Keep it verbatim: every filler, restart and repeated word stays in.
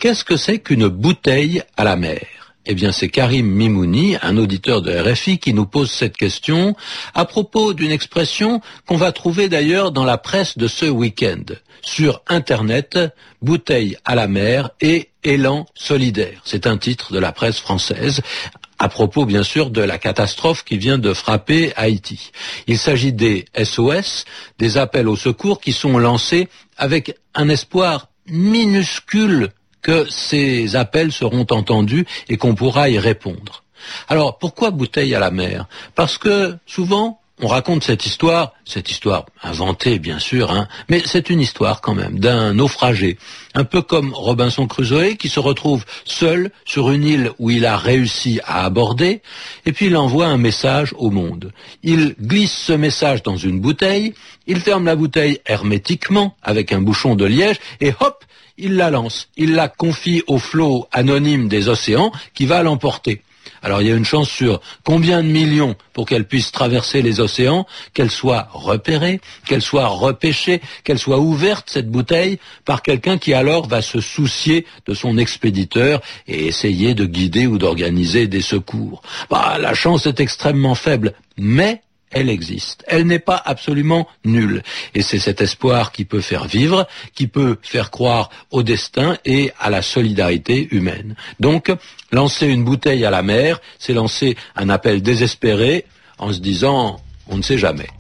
Qu'est-ce que c'est qu'une bouteille à la mer ? Eh bien, c'est Karim Mimouni, un auditeur de R F I, qui nous pose cette question à propos d'une expression qu'on va trouver d'ailleurs dans la presse de ce week-end. Sur Internet, bouteille à la mer et élan solidaire. C'est un titre de la presse française, à propos bien sûr de la catastrophe qui vient de frapper Haïti. Il s'agit des S O S, des appels au secours qui sont lancés avec un espoir minuscule que ces appels seront entendus et qu'on pourra y répondre. Alors, pourquoi bouteille à la mer ? Parce que, souvent, on raconte cette histoire, cette histoire inventée, bien sûr, hein, mais c'est une histoire quand même, d'un naufragé. Un peu comme Robinson Crusoe, qui se retrouve seul sur une île où il a réussi à aborder, et puis il envoie un message au monde. Il glisse ce message dans une bouteille, il ferme la bouteille hermétiquement, avec un bouchon de liège, et hop, il la lance, il la confie au flot anonyme des océans qui va l'emporter. Alors il y a une chance sur combien de millions pour qu'elle puisse traverser les océans, qu'elle soit repérée, qu'elle soit repêchée, qu'elle soit ouverte, cette bouteille, par quelqu'un qui alors va se soucier de son expéditeur et essayer de guider ou d'organiser des secours. Bah, la chance est extrêmement faible, mais elle existe. Elle n'est pas absolument nulle. Et c'est cet espoir qui peut faire vivre, qui peut faire croire au destin et à la solidarité humaine. Donc, lancer une bouteille à la mer, c'est lancer un appel désespéré en se disant, on ne sait jamais.